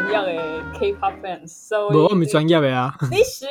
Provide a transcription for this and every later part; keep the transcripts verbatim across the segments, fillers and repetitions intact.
专业的 K-pop fans， 所以无我毋是专业的啊。 你是？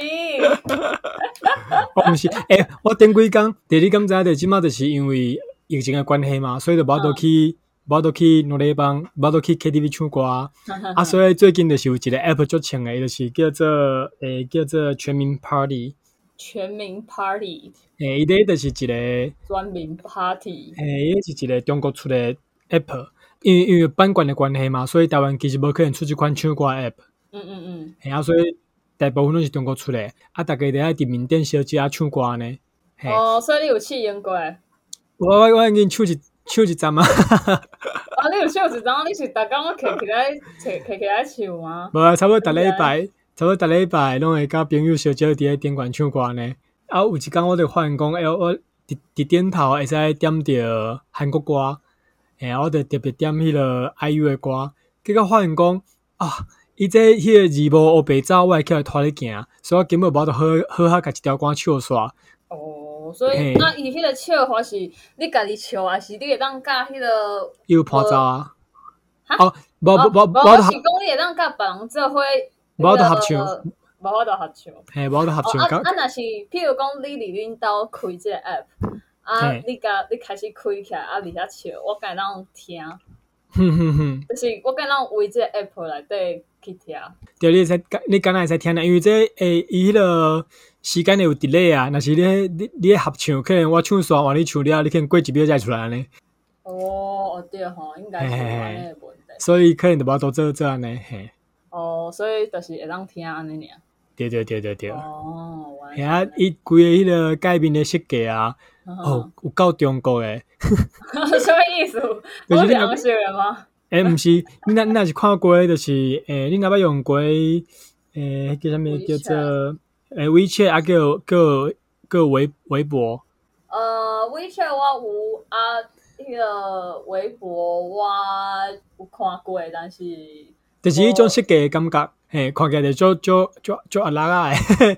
我毋是，诶、欸，我顶几工，第你敢知？就即马就是因为疫情的关系嘛，所以就无倒去，无倒、嗯、去两礼拜，无倒去 K T V 唱歌啊。啊，所以最近就是有一个 app 足穿的，就是叫做诶、欸、叫做全民 Party。 全民 Party。 诶、欸，伊个就是一个专民 Party。 诶、欸，伊是一个中国出的 app， 因为因为版权的关系嘛，所以台湾其实无可能出即款唱歌 app。 嗯嗯嗯。 嘿啊，所以大部分都是中国出的，啊，大家伫喺面顶小姐啊唱歌呢。 哦，所以你有试用过？ 我我我已经唱一唱一站啊。 啊，你有唱一站？你是逐工我摕起来摕摕起来唱吗？ 无啊，差不多逐礼拜，差不多逐礼拜拢会甲朋友小姐伫喺顶馆唱歌呢。啊，有一工我就发现讲，哎、欸，我伫伫顶头会使点着韩国歌，哎、欸，我就特别点迄个 I U 的歌，结果发现讲啊。伊这迄个字幕黑白走，我会起来拖咧行，所以我根本无得好好好甲一条歌唱煞。 哦，所以那伊迄个唱法是你家己唱，还是你会当甲迄个？ 有伴奏啊？ 哦， 无无无， 我是讲你会当甲别人做伙， 无得合唱， 无法度合唱。 嘿，无得合唱。 啊啊，若是譬如讲你伫恁兜开即个 app， 啊，你甲你开始开起来，啊，伫遐唱，我敢当听。 哼哼哼， 就是我敢当为即个 app 内底。去听， 对，你使你敢若会使听啦，因为这诶，伊迄个时间有 delay 啊。若是你你你合唱，可能我唱煞换你唱了，你可能过几秒才出来呢。 哦，对吼，应该是安尼的问题。 所以可能就无多做做安尼嘿。 哦，所以就是会当听安尼尔。 对对对对对。 哦， 嘿啊，伊规个迄个界面的设计啊，哦，有够中国诶。 什么意思？我两学人吗？ 诶、欸，毋是，你若你若是看过，就是诶、欸，你若捌用过诶、欸，叫啥物叫做诶 WeChat 啊，叫叫叫微微博。 呃 ，WeChat 我有啊，迄个微博我有看过，但是就是迄种设计诶感觉，嘿，看起来就就就就阿拉啊诶。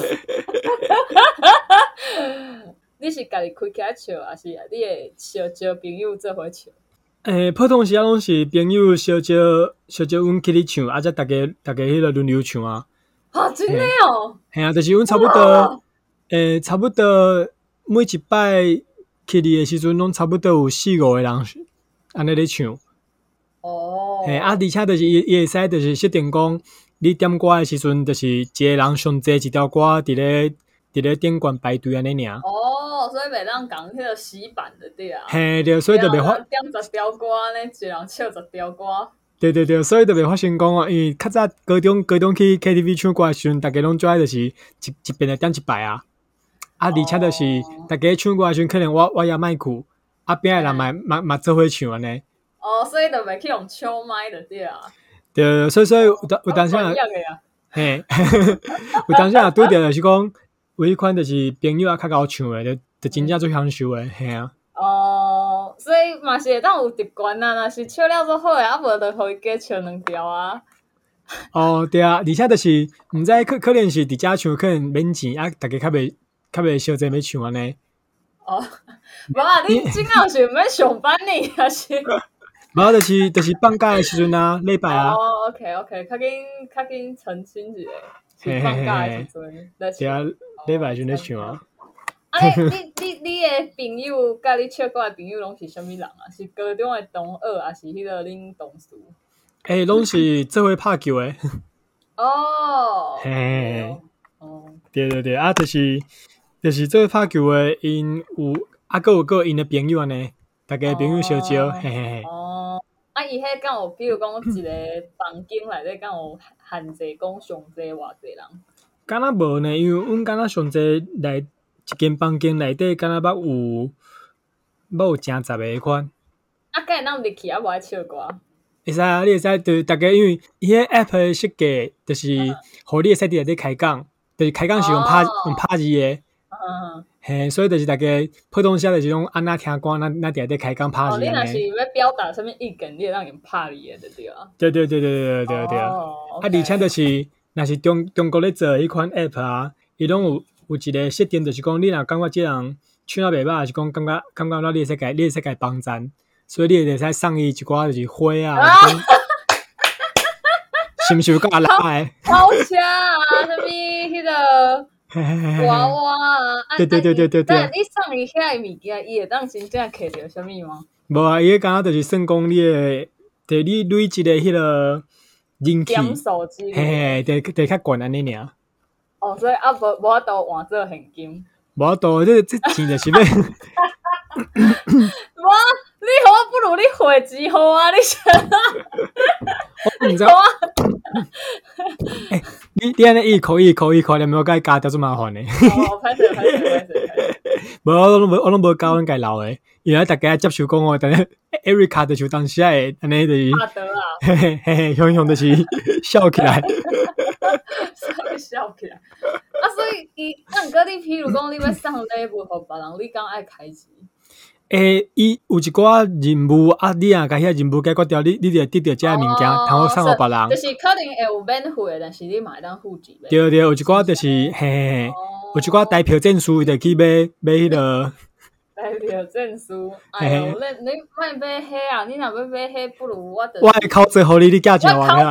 你是家己开起来笑，还是你会招招朋友做伙笑？ 诶、欸，普通时啊，拢是朋友小招小招阮起咧唱，啊，则大家大家迄个轮流唱啊。 啊，真的哦！ 系啊，就是阮差不多，诶、欸，差不多每一摆起哩诶时阵，拢差不多有四五个人安尼咧唱。 哦。 嘿，啊，而且就是伊伊会使就是设定讲，你点歌诶时阵，就是一个人上侪一条歌伫咧伫咧顶悬排队安尼尔。 哦，所以袂当讲迄个洗版的对啊。 嘿，对，所以就袂发点十条歌呢，一人唱十条歌。对对对，所以就袂发生讲哦，因为较早高中高中去 K T V 唱歌诶时阵，大家拢最爱就是一一边来点一排啊。啊，而且就是大家唱歌诶时阵，可能我我也麦去，啊边诶人嘛嘛嘛做伙唱安尼。 哦，所以就袂去用唱麦的对啊。 对，所以所以有有当时啊，嘿，有当时啊拄着就是讲，有迄款就是朋友啊较贤唱诶，就就真正最享受诶，嘿啊。 哦，所以嘛是会当有习惯啊，若是唱了做好诶，啊无就互伊加唱两条啊。 哦，对啊，而且就是毋知可可能是伫遮唱，可能免钱啊，大家较袂较袂小济要唱安尼。 哦，无啊，你真正是毋要上班呢，还是？ 无，就是就是放假诶时阵啊，礼拜啊。 哦 ，OK OK， 较紧较紧澄清一下，是放假诶时阵。 对啊，礼拜时阵咧唱啊。 啊，你你你你诶朋友，甲你唱歌诶朋友拢是啥物人啊？是高中诶同学，还是迄个恁同事？ 诶，拢是做伙拍球诶。 哦。 嘿。哦。对对对，啊，就是就是做伙拍球诶，因有啊，佫有佫因诶朋友安尼，大家朋友相招，嘿嘿嘿。 哦。啊，伊迄敢有，比如讲一个房间内底敢有限制，讲上济偌济人？ 敢若无呢，因为阮敢若上济内一间房间内底，敢若捌有捌有正十个款。 啊，敢会当入去啊？无爱唱歌？ 会使啊，你会使对大家，因为伊迄 app 的设计，就是互你会使伫内底开讲，就是开讲是用拍、哦、用拍字的。嗯。嘿，所以就是大家普通时就是讲安那听歌，那那伫内底开讲拍字。 哦，你若是要表达什么意见，你会当用拍字的对啊。 对对对对对对对。哦。啊，而且就是。若是中中国咧做迄款 app 啊，伊拢有有一个设定，就是讲你若感觉即人唱啊袂歹，还是讲感觉感觉你会使甲你会使甲帮赞，所以你会使送伊一寡就是花啊， 是毋是有够拉诶？ 跑车啊，什么迄个娃娃啊， 对对对对对对。 但你送伊遐个物件，伊会当真正摕到什么吗？ 无啊，伊个敢若就是算讲你诶，摕你累积个迄个人气， 点数之类， 嘿，摕摕较悬安尼尔。 哦，所以啊，无无法度换做现金。 无法度，这这钱就是要。 无，你互我不如你汇钱互我，你想？ 我毋知。诶，你你安尼一口一口一口，你没有甲加掉做麻烦呢？ 哦，歹势歹势歹势。 无，我拢无，我拢无教阮家老诶，因为大家接受讲我，但是 Erica 就是当时诶，安尼就是， 拍得啊， 嘿嘿嘿，雄雄就是笑起来， 所以笑起来。啊，所以伊，啊，毋过你譬如讲，你要送礼物互别人，你敢爱开钱？ 诶，伊有一寡任务啊，你若甲遐任务解决掉，你你就得到遮物件，通好送互别人。 就是可能会有免费，但是你嘛会当付钱。 对对，有一寡就是嘿嘿嘿，有一寡代票证书，就去买买迄个。 代表证书，哎呦，你你莫买迄啊！你若要买迄，不如我就我会考做互你，你寄钱我啊！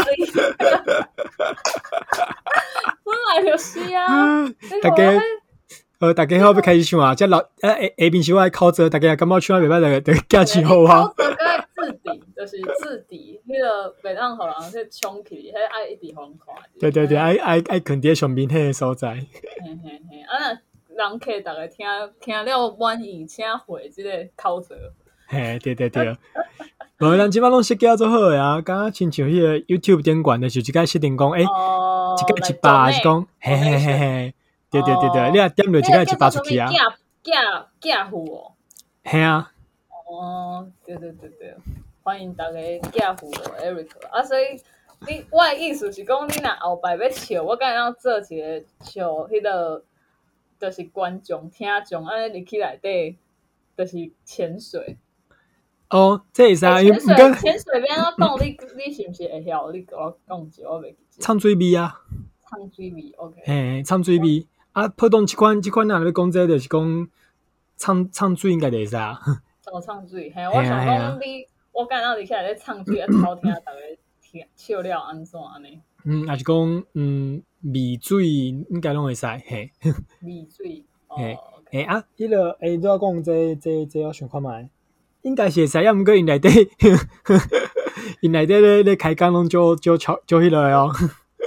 本来就是啊， 大家，呃，大家好要开始想啊，即老啊下下面是我考做，大家感觉唱袂歹，就就寄钱互我。 考做个自底，就是自底，迄个袂当互人去冲起，迄爱一直互人看。 对对对，爱爱爱囥伫上面迄个所在。 嘿嘿嘿，啊那人客大家听听了满意，请回即个考做。 嘿，对对对。无，咱即摆拢设计做好诶啊，敢若亲像迄个 YouTube 顶悬的，就一概设定讲，诶，一个一百是讲，嘿嘿嘿嘿，对对对对，你若点落一个一百出去啊。 寄寄付哦。 嘿啊。 哦，对对对对，欢迎大家寄付哦 ，Eric 啊，所以你我诶意思是讲，你若后摆要笑，我敢会当做一个笑迄个，就是观众听众安尼入去内底，就是潜水。 哦，这会使， 因为潜水潜水要安怎讲？你你是毋是会晓？你甲我讲者，我袂记。 唱水味啊！ 唱水味 ，OK。 嘿，唱水味啊！普通即款即款若要讲这，就是讲唱唱水应该会使啊。 哦，唱水，嘿，我想讲你，我敢若入去内底唱水，啊，偷听大家听笑了安怎安尼？ 嗯，也是讲嗯，味水应该拢会使，嘿。 味水， 嘿，嘿啊，迄个诶，拄仔讲这这这，我想看觅。应该是会使，抑毋过因内底，因内底咧咧开讲拢就就超就迄落哦。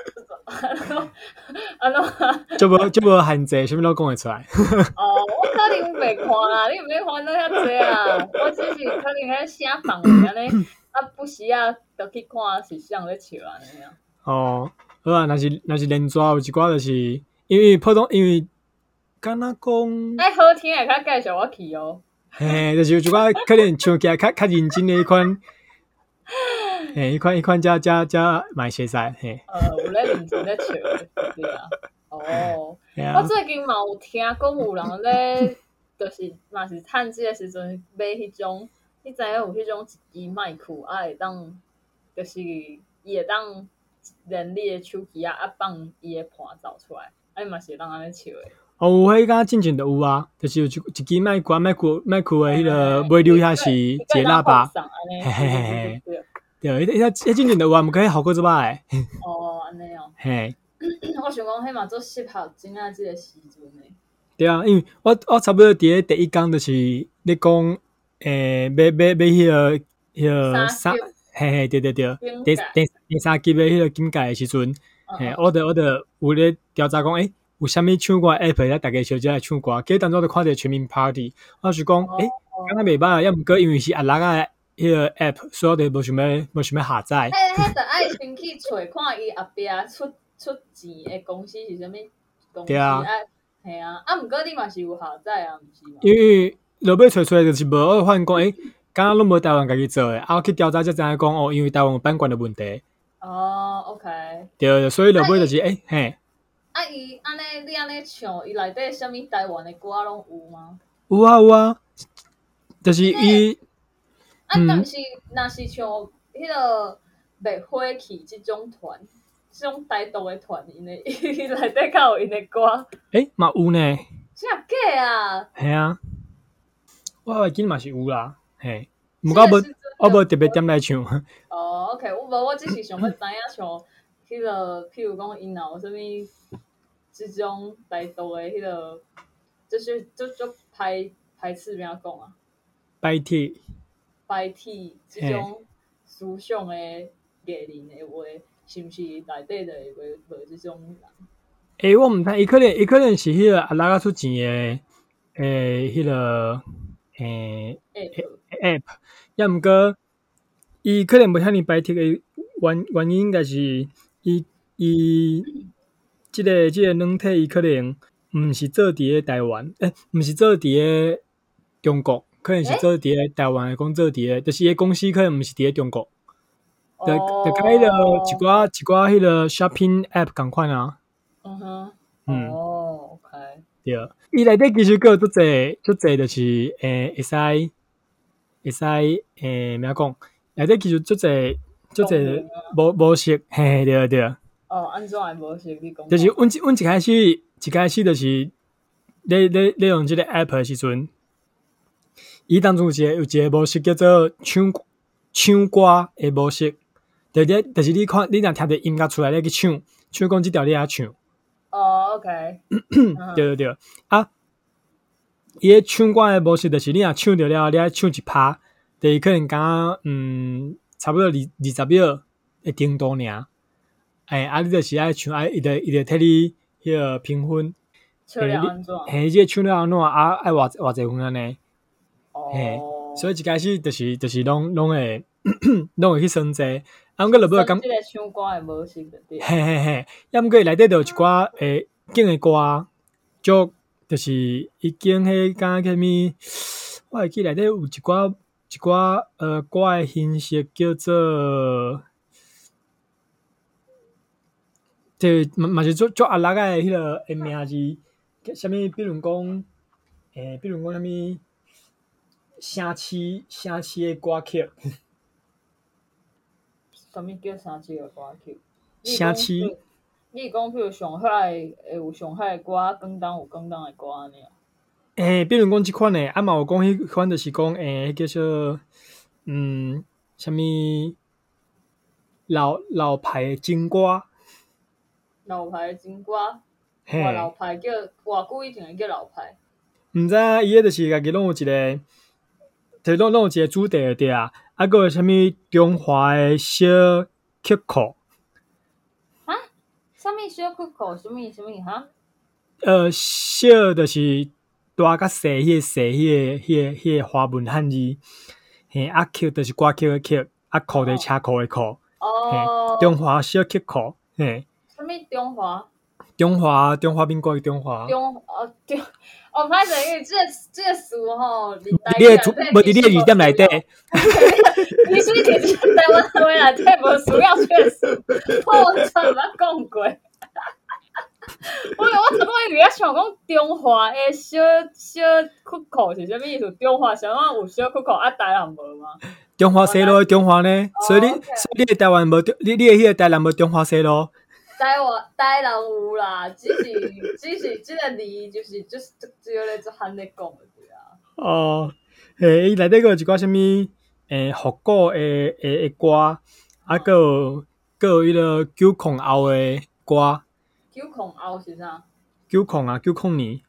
安怎？ 就无就无限制，啥物拢讲会出来。 哦，我可能袂看啦，你毋免烦恼遐济啊。我只是可能遐写放安尼，啊不时啊，就去看是谁咧笑安尼啊。 哦，好啊，若是若是连续有一寡就是，因为普通因为敢若讲， 哎，好听诶，较介绍我去哦。 嘿，就是有一寡可能唱起来较较认真诶迄款，嘿，迄款迄款遮遮遮嘛会使嘿。 呃，有咧认真咧笑诶，对啊。哦，我最近嘛有听讲有人咧，就是嘛是趁即个时阵买迄种，你知影有迄种一支麦克啊，会当，就是伊会当连你诶手机啊，啊放伊诶盘走出来，啊伊嘛是会当安尼笑诶。 哦，有迄敢进前就有啊，就是有一一支麦克麦克麦克诶，迄个尾流遐是一个喇叭，嘿嘿嘿，对，迄迄迄进前就有啊，毋过迄效果做歹诶。 哦，安尼哦。 嘿， 我想讲，迄嘛做适合真正即个时阵诶。 对啊，因为我我差不多伫咧第一工就是咧讲，诶，买买买迄个迄个三，嘿嘿，对对对，第第第三级诶迄个境界诶时阵，嘿，我着我着有咧调查讲，诶。有啥物唱歌 app 咧？大家小姐来唱歌，结果当初就看着全民 party， 我是讲，诶、欸，敢若袂歹，抑毋过因为是阿拉个迄个 app， 所以我哋无想要无想要下载。 迄迄着爱先去找看伊后壁出出钱诶公司是啥物公司？对啊，系啊，啊毋过你嘛是有下载啊，毋是嘛？ 因为落尾找出来就是无，我发现讲，诶、欸，敢若拢无台湾家己做诶，啊，我去调查才知影讲，哦，因为台湾有版权的问题。 哦 ，OK。 对，所以落尾就是诶、欸，嘿。 啊！伊安尼，你安尼唱，伊内底啥物台湾的歌拢有吗？ 有啊有啊，就是伊。 啊，但是若是像迄个袂火气即种团，即种台独的团，因诶，伊内底敢有因的歌？ 诶，嘛有呢。 真假啊？ 系啊，我会记嘛是有啦，嘿。毋过我无我无特别点来唱。 哦 ，OK，我无我只是想要知影像迄个，譬如讲因若有啥物即种台独的迄个，就是就就排排斥怎样讲啊？ 白体排斥即种思想的艺人的话，是毋是内底就会无无即种人？ 诶、欸，我毋知，伊可能伊可能是迄个阿拉个出钱诶诶，迄、那个诶 app app， 也毋过伊可能无遐尼白剔诶原原因，应该是伊伊即个即个软体，伊可能毋是做伫咧台湾，诶、欸，毋是做伫咧中国，可能是做伫咧台湾诶，讲做伫咧，就是伊公司可能毋是伫咧中国，就就甲迄个一寡一寡迄个 shopping app 共款啊。 嗯哼， 嗯， 哦 ，OK， 对，伊内底其实佫有足侪足侪，就是诶，会使会使诶，咩讲？内底其实足侪足侪模模式，嘿，对对。 哦，安怎诶模式？你讲？ 就是阮阮一开始一开始就是咧咧咧用即个 app 诶时阵，伊当中有一个有一个模式叫做唱唱歌诶模式，就咧就是你看你若听着音乐出来咧去唱，唱讲即条你也唱。 哦 ，OK， 对对对，啊，伊个唱歌诶模式就是你若唱着了，你爱唱一拍，就是可能讲嗯，差不多二二十秒诶程度尔。诶、欸，啊，你就是爱唱，啊，伊就伊就替你迄个评分。 唱了安怎？ 嘿，即、欸、个唱了安怎啊？爱偌偌济分安尼？ 哦、 欸，所以一开始就是就是拢拢会拢会去算济。啊，毋过落尾感， 即个唱歌诶模式就对。 嘿嘿嘿，啊，毋过内底就有一寡诶劲诶歌，就就是已经迄敢叫物，我会记内底有一寡一寡呃歌诶形式叫做，就嘛嘛是做做阿拉个迄个诶名字，啥物？比如讲，诶，比如讲啥物？城市城市诶歌曲。 啥物叫城市诶歌曲？ 城市。 你讲譬如上海会有上海诶歌，广东有广东诶歌安尼啊？ 诶、欸，比如讲即款诶，啊嘛有讲迄款就是讲诶，叫做嗯，啥物老老牌金歌。 老牌金歌，哇老牌叫偌久以前会叫老牌？ 毋知影伊迄就是家己拢有一个，就拢拢有一个主题对啊，啊个有啥物中华诶小曲库。 啊？啥物小曲库？啥物啥物哈？ 呃，小就是大甲细迄个细迄个迄个迄个华文汉字，嘿，啊曲就是歌曲诶曲，啊库就是车库诶库。哦，中华小曲库，嘿。 啥物中华？ 中华中华民国诶中华。 中哦中，哦，歹势，因为即个即个词吼， 伫你诶无伫你诶字典内底。 其实其实台湾话内底无需要这个词，我真毋捌讲过。我我头拄以为咧想讲中华诶小小曲库是啥物意思？中华啥物有小曲库，啊台南无吗？ 中华西路诶中华呢？所以你所以你诶台湾无，你你诶迄个台南无中华西路。 台湾台南有啦，只是只是即个字就是就是只有咧做汉咧讲诶对啊。 哦，嘿，伊内底个有一寡啥物诶复古诶诶诶歌，啊个有个有迄个九控后诶歌。 九控后是啥？ 九控啊，九控年。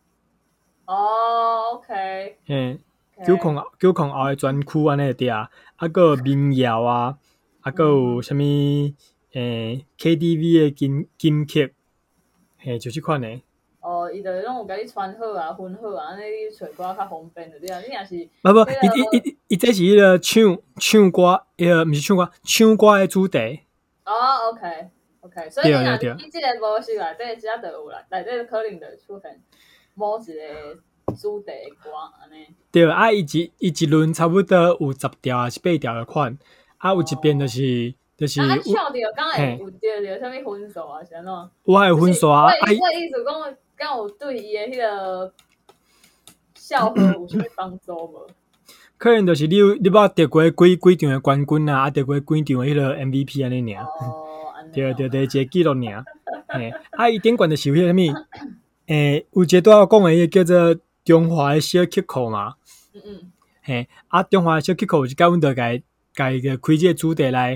哦 ，OK。 嘿，九控九控后诶专区安尼对啊，啊个有民谣啊，啊个有啥物诶 K T V 诶金金曲，嘿，就即款诶。 哦，伊就拢有甲你传好啊、分好啊，安尼你找歌较方便就对啊。你若是， 不不，伊伊伊伊这是迄个唱唱歌，迄个毋是唱歌，唱歌诶主题。 哦 ，OK OK， 所以你若你即个模式内底，只要就有啦，内底可能就出现某一个主题诶歌安尼。 对啊，伊一伊一轮差不多有十条还是八条诶款，啊有一边就是。就是， 啊，唱着敢会有着着啥物分数啊？是安怎？ 我会有分数啊。 我我意思讲，敢有对伊诶迄个效果有啥物帮助无？ 可能就是你有你捌得过几几场诶冠军啊，啊得过几场诶迄个 M V P 安尼尔。 哦， 对对对，一个记录尔。嘿，啊伊顶悬就是有迄啥物？诶，有一个拄仔讲诶，迄个叫做中华诶小曲库嘛。嗯嗯。嘿，啊中华诶小曲库是甲阮着家家个开即个主题来。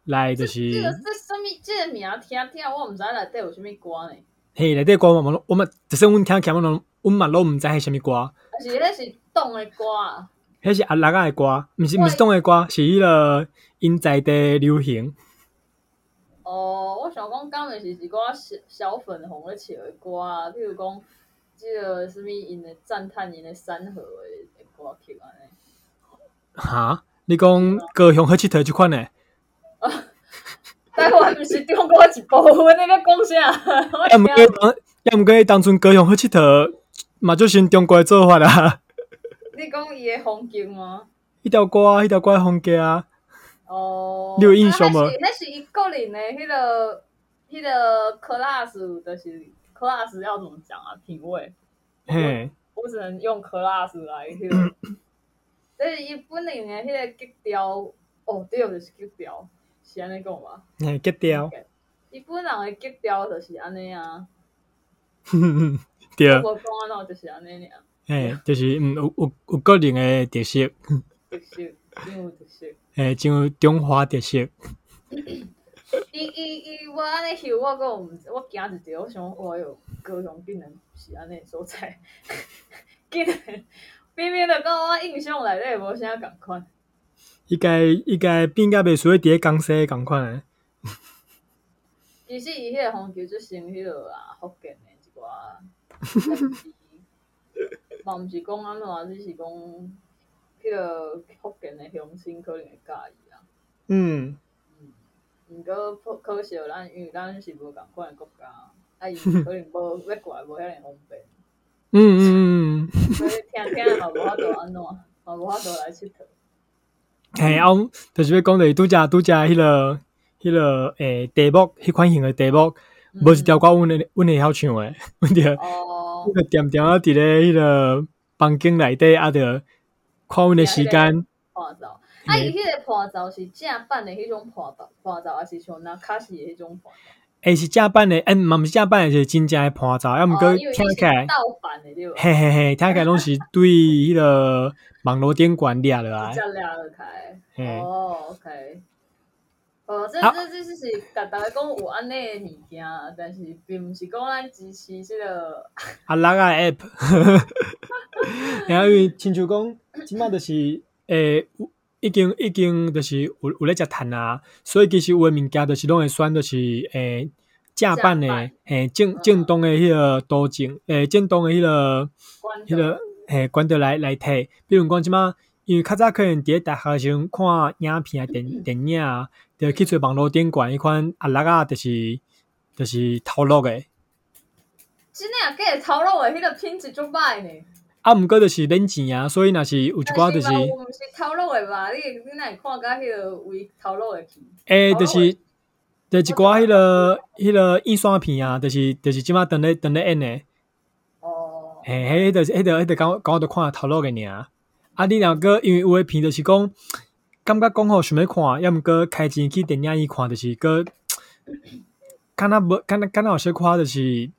来就是。 这个这什么？这个名听听，我唔知内底有啥物歌呢？ 嘿，内底歌我们我们，就算阮听起，阮拢阮嘛拢唔知系啥物歌。 还是迄是懂的歌啊？ 迄是阿拉个歌，毋是毋是懂的歌，是迄个因在地流行。 哦，我想讲，敢会是一寡小小粉红咧唱的歌啊，比如讲，即个什物因的赞叹因的山河的歌曲安尼。 哈？你讲高雄好佚佗即款诶？ 台湾毋是中国一部分，你咧讲啥？ 要毋过当，要毋过当初高雄好佚佗，嘛就像中国诶做法啦。 你讲伊诶风景吗？ 迄条歌啊，迄条歌诶风格啊。 哦。 你有印象无？ 迄是伊个人诶，迄个迄个 class， 就是 class 要怎么讲啊？品味。 嘿。 我只能用 class 来迄个。就是伊本人诶，迄个格调，哦，对，就是格调，是安尼讲吧？ 嘿，格调。 伊本人诶格调就是安尼啊。 对。 我无讲安怎，就是安尼尔。 嘿，就是嗯，有有有个人诶特色。 特色，真有特色。 嘿，真有中华特色。 伊伊伊，我安尼翕我个毋，我惊一条，我想，哎哟，高雄竟然是安尼所在，竟然偏偏着甲我印象内底无啥共款。 伊该伊该变甲袂输伫咧江西共款诶。 其实伊迄个风球就像迄个啊，福建诶一寡。嘛毋是讲安怎，只是讲迄个福建诶乡亲可能会介意啊。 嗯。 嗯。毋过可惜咱，因为咱是无共款诶国家，啊伊可能无要过来无遐尔方便。 嗯嗯嗯。 所以听听嘛无法度安怎，嘛无法度来佚佗。 嘿，啊，就是要讲着拄则拄则迄个迄个诶题目，迄款型诶题目，无一条歌阮会阮会晓唱诶，阮着。 哦。 迄个点点啊，伫咧迄个房间内底啊，着看阮的时间。 伴奏，啊，伊迄个伴奏是正版的迄种伴奏，伴奏还是像那卡西的迄种伴奏？ 诶，是正版的，诶，嘛毋是正版的，是真正的伴奏，啊，毋过听起来盗版的对吧？ 嘿嘿嘿，听起来拢是对迄个网络顶管掠落来， 直接掠落开。哦 ，OK。哦，这这这就是甲大家讲有安尼的物件，但是并毋是讲咱支持即个阿拉个 app。然后因为亲像讲，即摆就是诶，已經已經就是有有咧食趁啊，所以其實有誒物件就是攏會選就是誒正版誒，誒正正當誒迄個途徑，誒正當誒迄個迄個誒管道來來睇。比如講即擺，因為較早可能佇咧大學時陣看影片啊、電電影啊，就去做網絡頂管迄款阿拉啊，就是就是偷錄誒。 真誒啊，計偷錄誒，迄個品質足歹呢。 啊，毋過就是免錢啊，所以若是有一寡就是， 但是嘛，毋是偷錄的吧？你你哪會看甲迄個位偷錄的去？ 誒，就是就一寡迄個迄個印刷片啊，就是就是即擺當咧當咧演的。 哦。 嘿，迄個迄個迄個講講到看偷錄的爾。啊，你若個因為有誒片就是講，感覺講吼想要看，要毋過開錢去電影院看，就是個，敢若無敢若敢若有小可就是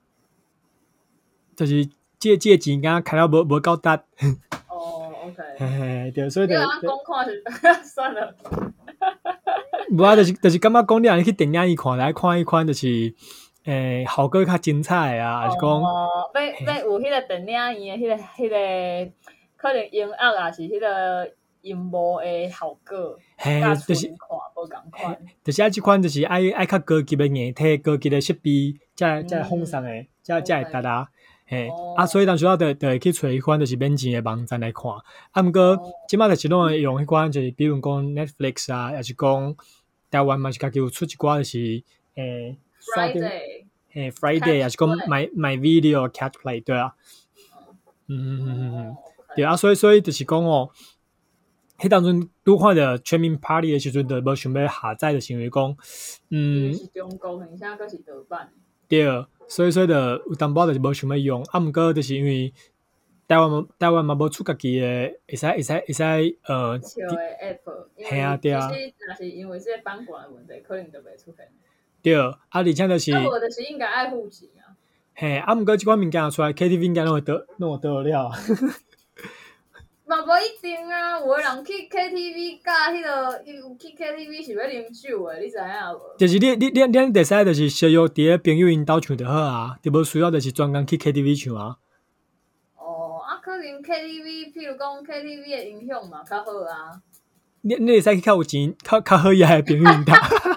就是。借借錢敢開到無無夠達。 哦 ，OK。 嘿嘿，對，所以就。 你講看是算了。 無啊，就是就是感覺講你若去電影院看來看迄款就是誒效果較精彩啊，還是講。 哦，要要有迄個電影院誒，迄個迄個可能音樂啊，是迄個音幕誒效果。 嘿，就是看無共款。 就是啊，即款就是愛愛較高級誒硬體、高級誒設備，才才會放送誒，才才會達啊。嘿，哦、啊，所以當時我就就會去找迄款就是免錢的網站來看。啊，毋過即擺就是攏會用迄款，就是比如講 Netflix 啊，還是講台灣嘛是家己有出一寡就是誒 Friday， 誒 Friday， 還是講 My My Video Catch Play， 對啊。嗯嗯嗯嗯嗯，對啊，所以所以就是講哦，迄當陣拄看着全民 Party 的時陣，就無想要下載，就是因為講，嗯， 是中國，而且佫是盜版。 對。所以所以就有淡薄就是無想要用，啊毋過就是因為台灣台灣嘛無出家己誒，會使會使會使呃。 笑誒 app， 係啊對啊。 其實若是因為這個版權誒問題，可能就袂出現。 對，啊而且就是。 啊無就是應該愛戶籍啊。 嘿，啊毋過即款物件出來 ，K T V 應該攏會得攏會得了。 嘛无一定啊，有个人去 K T V 甲迄个，伊有去 K T V 是要啉酒诶，你知影无？ 就是你你你咱会使就是相约伫咧朋友因兜唱就好啊，就无需要就是专工去 K T V 唱啊。 哦，啊，可能 K T V， 譬如讲 K T V 诶音响嘛较好啊。 你你会使去较有钱、较较好野诶朋友因兜。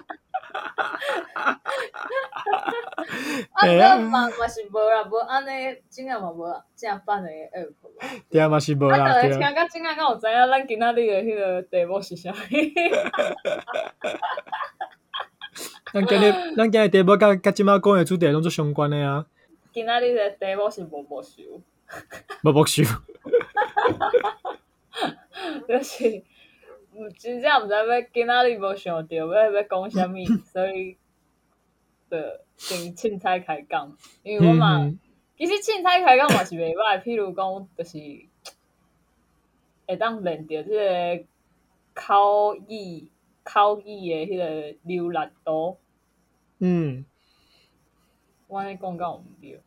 啊，那嘛嘛是无啦，无安尼，真正嘛无正版的 app 啦。 对啊，嘛是无啦。 啊，就会听到真正敢有知影咱今仔日的迄个题目是啥物。 咱今日咱今日题目甲甲即摆讲的主题拢做相关的啊。 今仔日的题目是无无收。 无无收。 就是真正毋知要今仔日无想到要要讲啥物，所以的先凊彩开讲。因为我嘛，嗯、其实凊彩开讲嘛是袂歹，譬如讲就是会当练着即个口语口语的迄个流利度。 嗯。 我安尼讲敢有毋对？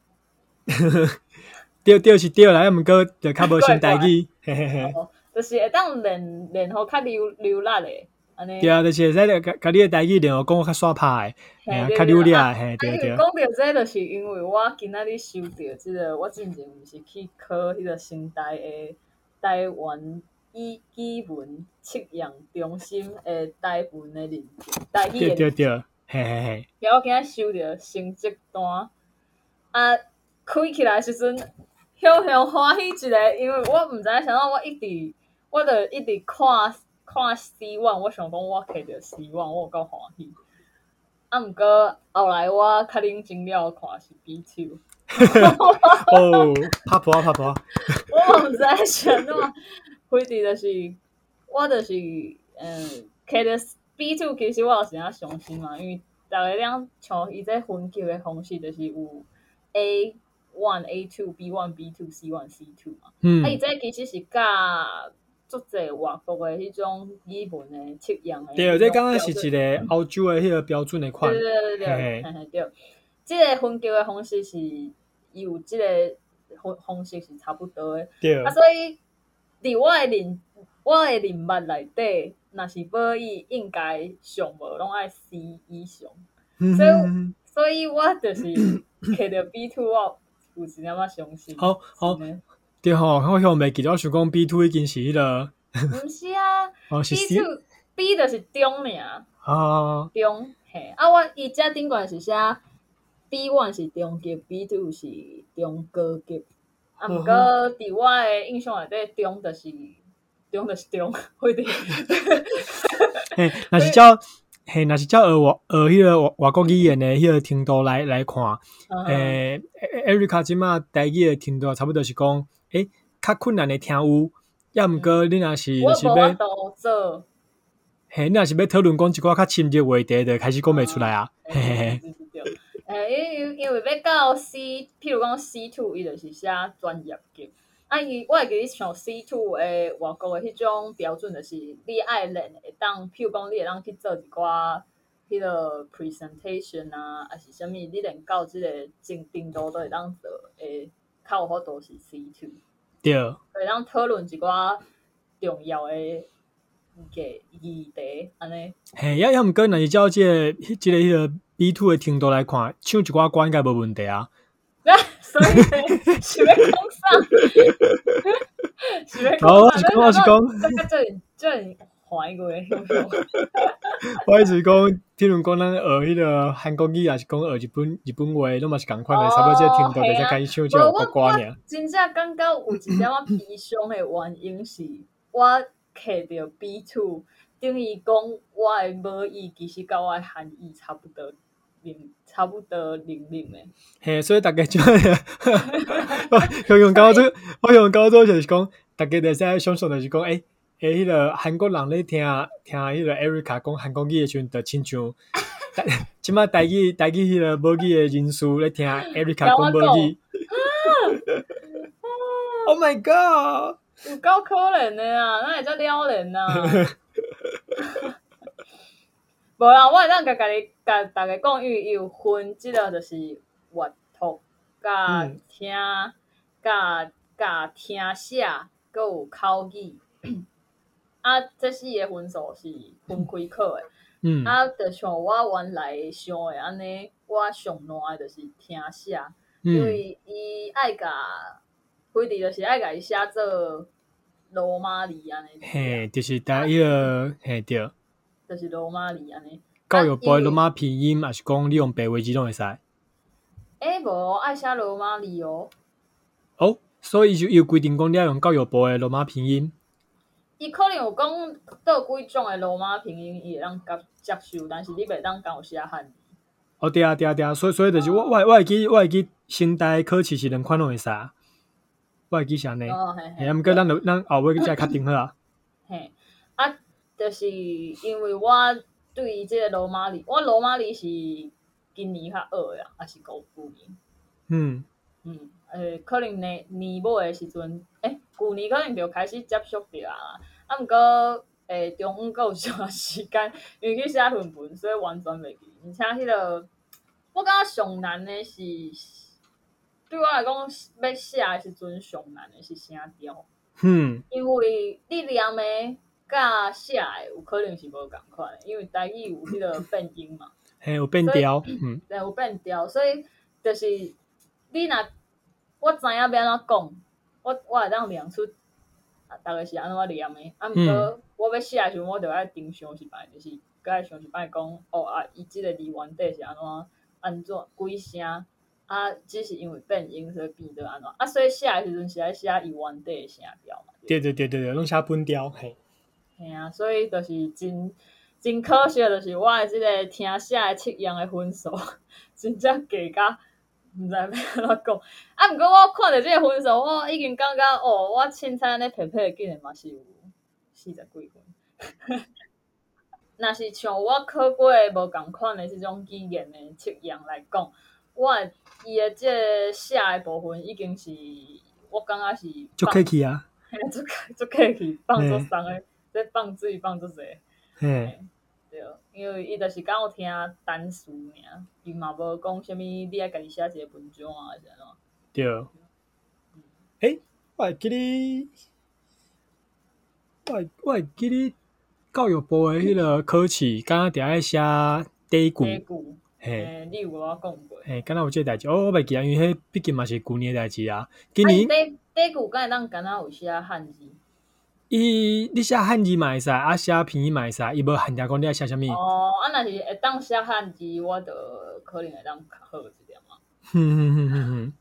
对对是对啦，毋过就较无成台语，嘿嘿嘿。 就是会当练练互较流流利的，安尼。 对啊，就是会使甲甲你的台语练互讲较煞拍的，嘿，较流利的，嘿，对对。 讲到这，就是因为我今仔日收到即个，我之前毋是去考迄个新台的台湾语语文测验中心的台文的认证，台语的。 对对对，嘿嘿嘿。 然后我今仔收到成绩单，啊，开起来时阵，雄雄欢喜一个，因为我毋知影想到我一直。我就一直看看 C 一，我想讲我摕到 C 一，我有够欢喜。啊，毋过后来我较认真了看是 B 二。 哦，拍破拍破。 我嘛毋知影想怎，反正就是我就是嗯，摕到 B 二，其實我有時仔傷心嘛，因為逐個倆像伊這分級的方式，就是有 A 一、A 二、B 一、B 二、C 一、C 二嘛。嗯。啊，伊這其實是甲足濟外國的迄種語文的測驗的。 對，這剛剛是一個歐洲的迄個標準的款。 對對對對對，嘿嘿對。這個分級的方式是有這個方方式是差不多的。 對。 啊，所以佇我的認我的認捌內底，若是母語應該上無攏愛 C 以上。所以所以我就是摕到 B 二，我有一點仔傷心。 好好。對吼，我想袂記得，我想講 B 二已經是迄個。 毋是啊， 哦是 B 二 B 就是中爾。 哦。 中嘿，啊我伊遮頂懸是寫 B 一 是中級 ，B 二 是中高級。啊，毋過佇我的印象內底，中就是中就是中，會的。 嘿，若是照嘿，若是照學外學迄個外外國語言的迄個程度來來看，誒 ，Erica 即馬台語的程度差不多是講。誒，較困難的聽有，也毋過你若是就是要，嘿，你若是要討論講一寡較深入話題，就開始講袂出來啊。嘿嘿嘿。 誒，因因為要到 C， 譬如講 C 二，伊就是寫專業級。啊，伊我會記得像 C 二誒外國的迄種標準，就是你愛練會當，譬如講你會當去做一寡迄個 presentation 啊，還是啥物，你練到即個程程度都會當做誒。較有法度是 C 二， 對， 會當討論一寡重要的嘅議題，安尼。嘿， 也也毋過，若是照即個即個迄個 B 二 的程度來看，唱一寡歌應該無問題啊。 所以是要講啥？是要講啥？ 好，我是講，我是講。 這個最最壞個嘅。 我意思講，聽人講咱學迄個韓國語，也是講學日本日本話，攏嘛是共款的，差不多這個程度就才開始唱這個國歌爾。 我真正感覺有一點仔悲傷的原因是，我摕到 B 二，等於講我的母語其實甲我的韓語差不多，差不多靈靈的。 嘿，所以大家就，我用高中，我用高中就是講，大家就使想象就是講，誒。誒，迄個韓國人咧聽聽迄個 Erica 講韓國語的時陣，就親像，即擺台語台語迄個母語的人士咧聽 Erica 講母語。Oh my god！ 有夠可憐的啊，哪會遮了然啊？無啦，我會當甲家己甲大家講，因為伊有分即個就是閱讀、甲聽、甲甲聽寫。 搁有口语。啊，这四个分数是分开考的。 嗯， 啊，就像我原来想的安尼，我上难的就是听写， 嗯， 因为伊爱甲规定就是爱甲伊写做罗马字安尼。 嘿，就是打迄个嘿对， 就是罗马字安尼。 教育部的罗马拼音，还是讲你用白话字拢会使？ 诶，无爱写罗马字哦。 哦，所以就有规定讲你要用教育部的罗马拼音。 伊可能有讲倒几种的罗马拼音，伊会当接接受，但是你袂当讲有写汉字。 哦，对啊，对啊，对啊，所以所以就是我我我会记我会记新台考试是两款拢会使，我会记是安尼。 哦，嘿嘿。 嘿，毋过咱咱后尾再确定好啊。 嘿，啊，就是因为我对于即个罗马字，我罗马字是今年较学呀，还是旧旧年？ 嗯嗯，诶，可能年年尾的时阵，诶，旧年可能就开始接触着啊。啊，毋过诶，中午阁有上时间，因为去写论文，所以完全袂记。而且迄个，我感觉上难的是，对我来讲，要写的时阵上难的是声调。 嗯， 因为你念的甲写的有可能是无共款的，因为台语有迄个变音嘛， 嘿，有变调，嗯， 对，有变调，所以就是你若我知影要安怎讲，我我会当念出啊，大概是安怎念的。啊，毋过我要写的时阵，我就爱定想一摆，就是搁爱想一摆讲，哦啊，伊即个字原底是安怎安怎几声。啊，只是因为变音所以变做安怎啊，所以写的时阵是爱写伊原底的声调嘛。 对对对对对，拢写本调，嘿。 嘿啊，所以就是真真可惜，就是我的即个听写的测验的分数真正低甲毋知要安怎讲。啊，毋过我看着即个分数，我已经感觉哦，我凊彩安尼撇撇，竟然嘛是有四十几分。若是像我考过无共款的即种语言的测验来讲，我伊的即个写的部分已经是我感觉是足客气啊， 足足客气，放足松的，即放水放足济。 嘿， 对，因为伊就是讲有听单词尔，伊嘛无讲啥物，你爱家己写一个文章啊，是安怎？ 对。诶，我会记你，我会我会记你教育部的迄个考试，敢若定爱写底句， 底句，嘿，你有甲我讲过。 嘿，敢若有即个代志，哦，我袂记啊，因为迄毕竟嘛是旧年的代志啊。今啊， 年底底句敢会当敢若有写汉字？ 伊你写汉字嘛会使，啊写拼音嘛会使，伊无限定讲你爱写啥物。 哦，啊，若是会当写汉字，我就可能会当较好一点嘛。 哼哼哼哼哼，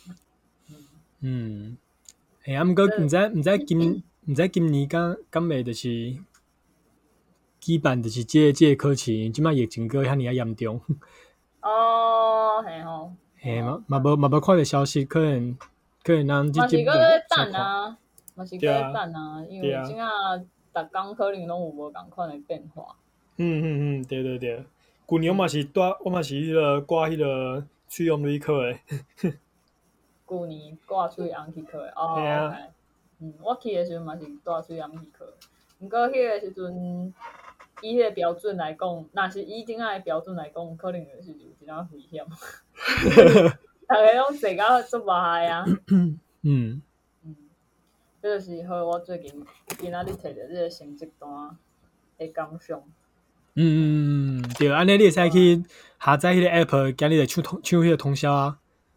嗯，嘿，啊，毋过毋知毋知今毋知今年敢敢袂就是举办就是即个即个考试，即摆疫情个遐尔啊严重。 哦，嘿吼。 嘿，嘛嘛无嘛无看到消息，可能可能人即嘛是即搁咧等啊，嘛是搁咧等啊，因为对啊即啊，逐工可能拢有无共款的变化。 嗯嗯嗯，对对对，旧年我嘛是带，我嘛是迄个挂迄个喙用瑞考诶。 旧年挂喙红去考的，哦， 嘿啊 OK，嗯，我去的时阵嘛是带喙红去考，毋过迄个时阵，以迄个标准来讲，若是以顶仔的标准来讲，可能就是有一点危险。大家拢坐到足无害啊。 嗯嗯，这就是好我最近今仔日摕着这个成绩单的感想。 嗯嗯嗯，对，安尼你会使去下载迄个 app，今日来抢通抢迄个通宵啊。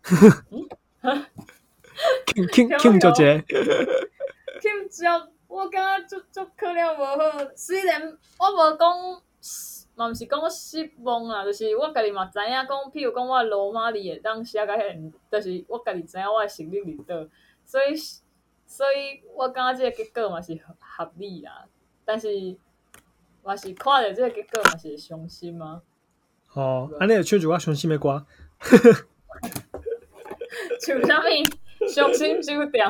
庆庆庆祝者， 庆祝，我感觉足足可能无好。虽然我无讲，嘛毋是讲失望啦，就是我家己嘛知影讲，譬如讲我罗马字会当写甲迄，就是我家己知影我的实力伫倒，所以所以我感觉即个结果嘛是合理啦。但是嘛是看着即个结果嘛是会伤心啊。 哦，安尼就唱一我伤心的歌。 唱啥物？伤心酒店。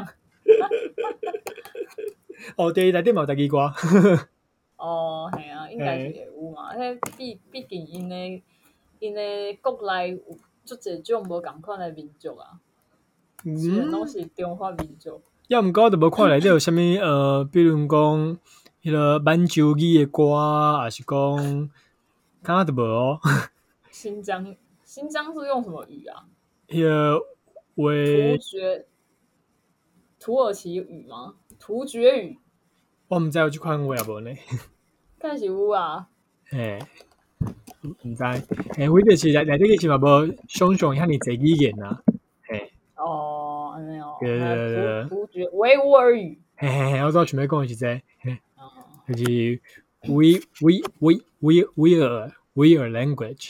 哦，第一内底嘛有台语歌。 哦，系啊，应该是会有嘛。迄毕毕竟因诶因诶国内有足侪种无共款诶民族啊，虽然拢是中华民族。 要毋过我都无看内底有啥物呃，比如讲迄个满洲语诶歌，还是讲，敢若都无哦。 新疆新疆是用什么语啊？ 迄个话突厥土耳其语吗？ 突厥语。 我毋知有即款话无呢？ 敢是有啊？ 诶，毋知。诶，我就是内内底是嘛无想象遐尼济语言啊。嘿， 哦，安尼哦， 对那突对对， 突厥维吾尔语。 嘿嘿嘿，我知道想要讲的是这，嘿， 哦， 就是 we we we we we are we are language。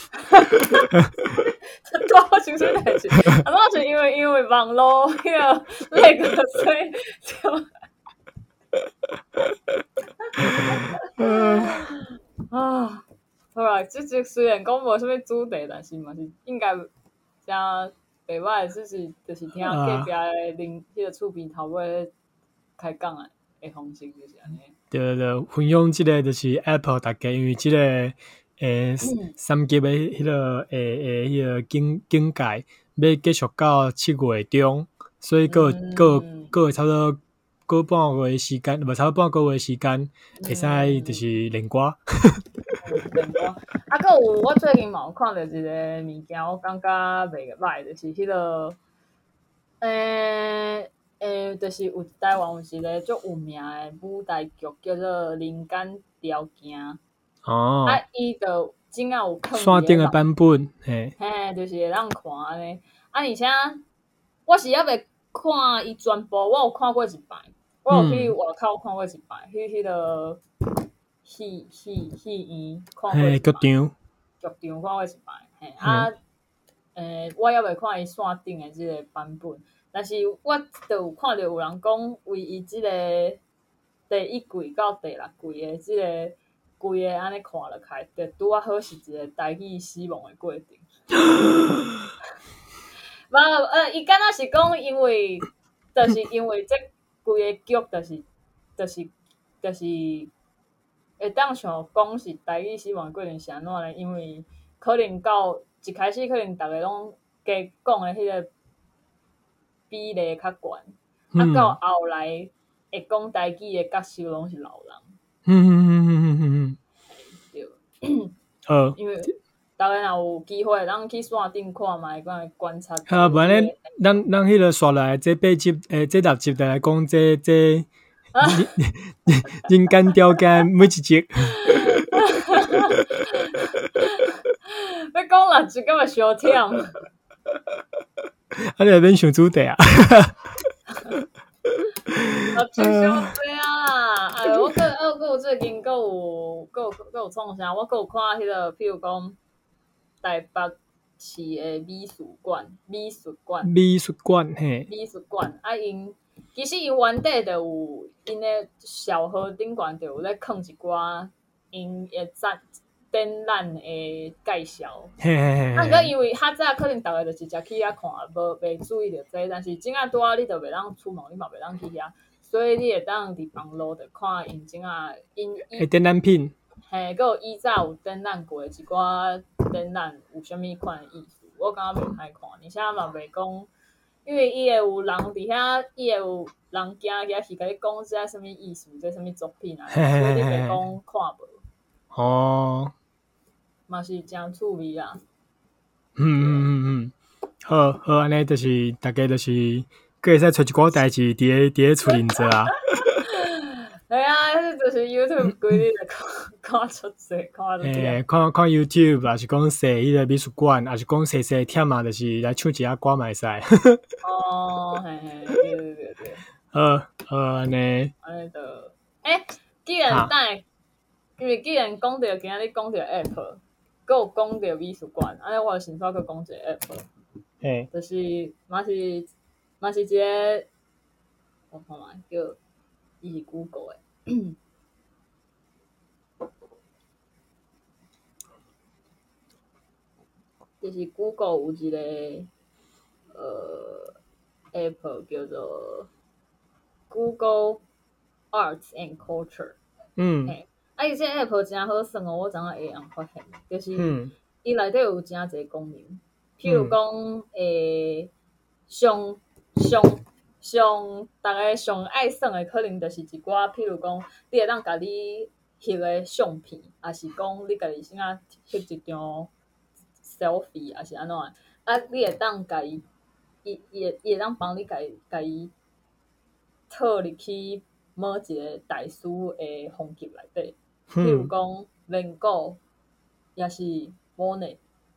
这多好情绪代志，啊，我就因为因为网络迄个那个，所以就啊，好啦，即即虽然讲无啥物主题，但是嘛是应该真袂歹，就是就是听隔壁的邻迄个厝边头尾开讲的的方式就是安尼。 对对对，分享即个就是 Apple 大家，因为即、这个诶、三级的迄、那个诶诶迄个境境界要继续到七月中，所以个个个差不多个半个月时间，无差不多半个月时间，会使就是练歌。 练歌，啊，佮有我最近嘛有看到一个物件，我感觉袂歹，就是迄、那个诶。诶，就是有台湾有一个足有名的舞台剧叫做《人间条件》， 哦， 啊，伊就真正有放线顶的版本，嘿， 嘿，就是会当看安尼。啊，而且我是还未看伊全部，我有看过一摆，我有去外口看过一摆，去迄个戏戏戏院看过一摆， 剧场， 剧场看过一摆，嘿啊，诶，我还未看伊线顶的即个版本。但是我就有看到有人讲，为伊即个第一季到第六季的即个规个安尼看落开，就拄啊好是一个台语死亡的过程。无呃，伊敢若是讲，因为就是因为这规个剧，就是就是就是会当想讲是台语死亡的过程是安怎呢？因为可能到一开始可能逐个拢加讲的迄个比例较悬，啊，到后来会讲台语的角色拢是老人。 嗯嗯嗯嗯嗯嗯， 对， 好， 因为大家若有机会，咱去线顶看嘛，会讲观察。 啊，不然咧，咱咱迄个刷来这八集诶，这六集来讲，这这人间条件每一集。 要讲六集，敢嘛伤忝。 啊，你免想主题啊！ 啊，真伤济啊！哎，我个我个有最近个有个有个有创啥？我个有看迄个，譬如讲台北市的美术馆，美术馆， 美术馆嘿， 美术馆啊，因其实因原底就有因的小河顶悬就有咧放一寡因的展展览的介绍。 嘿嘿嘿。 啊，毋过因为较早可能逐个就是食去遐看，无袂注意着这，但是即仔拄仔你就袂当出门，你嘛袂当去遐，所以你会当伫网络着看因即仔因伊展览品， 嘿，佮有以早有展览过一寡展览有啥物款的意思，我感觉袂歹看，而且嘛袂讲，因为伊会有人伫遐，伊会有人行行去甲你讲这啥物意思，这啥物作品啊，所以你袂讲看无。 哦， 嘛是真趣味啊！ 嗯嗯嗯嗯，好好，安尼就是大家就是，佫会使找一寡代志伫咧伫咧厝里做啊。 系啊，迄就是 YouTube 规日就看看出济，看出诶，看看 YouTube，还是讲踅迄个美术馆，还是讲踅踅忝啊，就是来唱一下歌嘛会使。 哦，嘿嘿，对对对对。 好好，安尼。 安尼就，诶，既然等下，因为既然讲到今仔日讲到 App，佮有讲到美术馆，安尼我就顺便佮讲一个 App， 嘿， 就是嘛是嘛是一个，我看嘛叫伊是 Google 诶，就是 Google 有一个呃 App 叫做 Google Arts and Culture， 嗯， 嘿，啊，伊这 App 真好耍哦，我昨下下暗发现，就是嗯， 伊内底有真侪功能，譬如讲诶，上上上，逐个上爱耍诶，可能就是一寡，譬如讲，你会当甲你翕诶相片，还是讲你家己先啊翕一张 selfie，还是安怎啊？啊，你会当甲伊，伊伊会伊会当帮你家家己套入去某一个大师的风格内底，譬如讲梵谷，也是莫内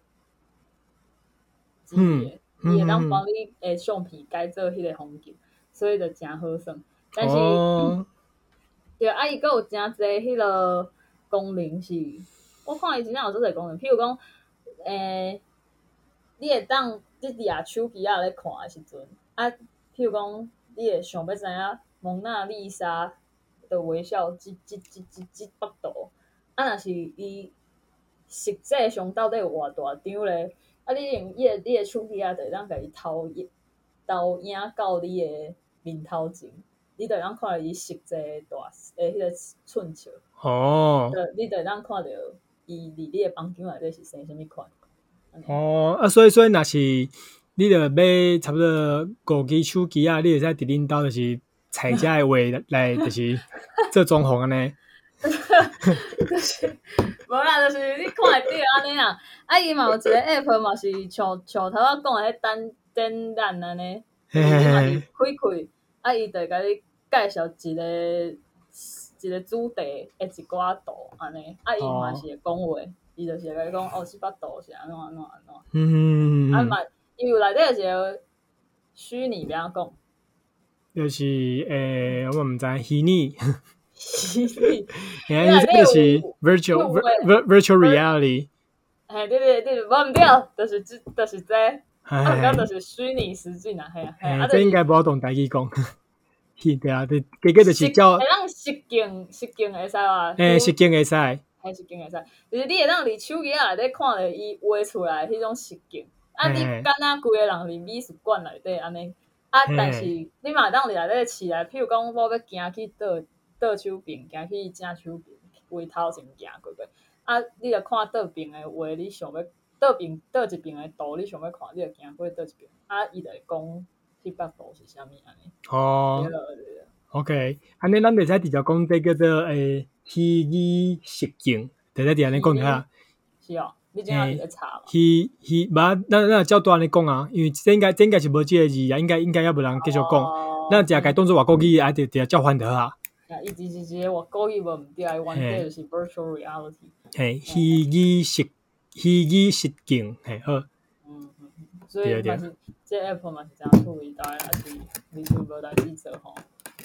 之类的，伊会当帮你诶相片改做迄个风格，所以就真好耍。但是， 哦、 对啊，伊佫有真侪迄个功能是，我看伊真正有做侪功能，譬如讲，诶、欸，你会当你掠手机仔咧看诶时阵，啊，譬如讲，你会想要知影蒙娜丽莎的微笑几几几几几百度，啊，若是伊实际上到底有偌大张咧？啊，你用伊诶你诶手机仔就会当甲伊投影投影到你诶面头前。你就会当看到伊实际大诶，迄个寸尺。 哦， 你就会当看到伊伫你诶房间内底是生啥物款。 哦，啊，所以所以若是你著买差不多五支手机啊，你会使伫恁兜就是采遮诶话来，就是做装潢安尼。 就是，无啦，就是你看会到安尼啦。啊，伊嘛有一个 app 嘛是像像头仔讲诶迄单电缆安尼，就是你嘛是开开，啊，伊就会甲你介绍一个一个主题诶一寡图安尼，啊，伊嘛是会讲话，伊就是会甲你讲哦，四百度是安怎安怎安怎。 嗯， 啊嘛，因为内底有一个虚拟，要安怎讲？ 就是诶，我毋知虚拟。 虚拟， 因为这个是 virtual virtual reality。 嘿，对对对，无毋对，就是即，就是这，啊，毋过就是虚拟实境啦，嘿啊，嘿啊， 这应该无同台语讲。对啊，对，结果就是叫， 会当实境，实境会使话， 诶，实境会使， 嘿，实境会使，就是你会当伫手机仔内底看着伊画出来迄种实境，啊，你敢若规个人伫美术馆内底安尼，啊，但是你嘛会当伫内底饲来，譬如讲我要行去倒倒手边，行去正手边，围头前行过过，啊，你著看倒边诶话，你想要倒边倒一边诶图，你想要看，你著行过倒一边，啊，伊就会讲迄幅图是啥物安尼。 哦。OK， 安尼咱袂使直接讲这叫做诶虚拟实境，直接伫安尼讲就好。 是哦，你怎样伫咧查嘛？ 虚虚，无咱咱照多安尼讲啊，因为这应该这应该是无即个字啊，应该应该也无人继续讲。咱只该当做外国语，啊，就直照翻就好啊。 啊，伊只是一个外国语无毋对，伊原底就是 virtual reality。 嘿，虚拟实虚拟实境，嘿好。 嗯嗯，所以嘛是这 app 嘛是这样处理，当然也是你是无代志做吼。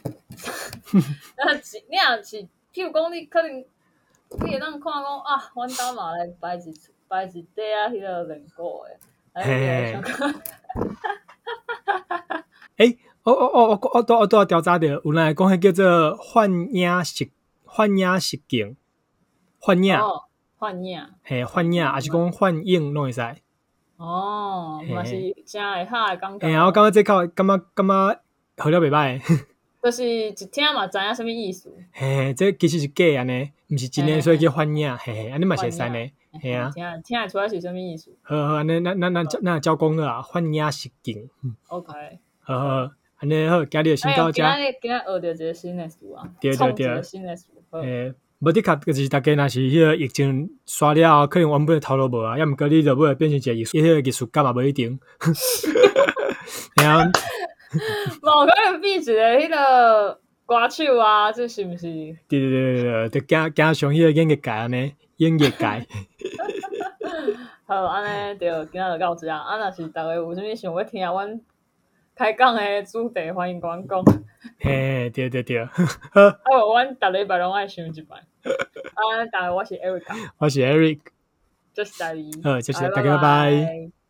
那是你若是，譬如讲你可能你会当看讲啊，阮兜嘛来摆一摆一块啊，迄个苹果诶，哎，想看。 诶，我我我我我拄我拄啊调查着，有人会讲迄叫做幻影实幻影实境，幻影， 哦，幻影， 嘿，幻影，还是讲幻影拢会使。 哦，嘛是真会好诶感觉。 嘿，我感觉这靠感觉感觉好了袂歹。 就是一听嘛知影啥物意思。 嘿，这其实是假安尼，毋是真诶，所以叫幻影。嘿嘿，安尼嘛是会使呢。嘿啊， 听听会出来是啥物意思？ 好好，安尼咱咱咱咱照讲啦，幻影实境。 OK。 好好，安尼好，今日先到遮。 今日今日学着一个新诶词啊， 对对对， 新诶词。 诶，无的确就是大家若是迄个疫情刷了，可能原本头路无啊，要毋过你就尾变成一个艺术，迄个艺术感也无一定。嘿啊， 无可能变一个迄个歌手啊，这是毋是？ 对对对对，就加加上迄个演艺界安尼，演艺界。 好，安尼就今仔就到这啊。啊，若是大家有啥物想要听阮开讲诶主题，欢迎阮讲。 嘿，对对对。 啊，无阮逐礼拜拢爱想一摆。啊，大家我是 Erica， 我是 Eric， 这是大力。 好，谢谢大家，拜拜。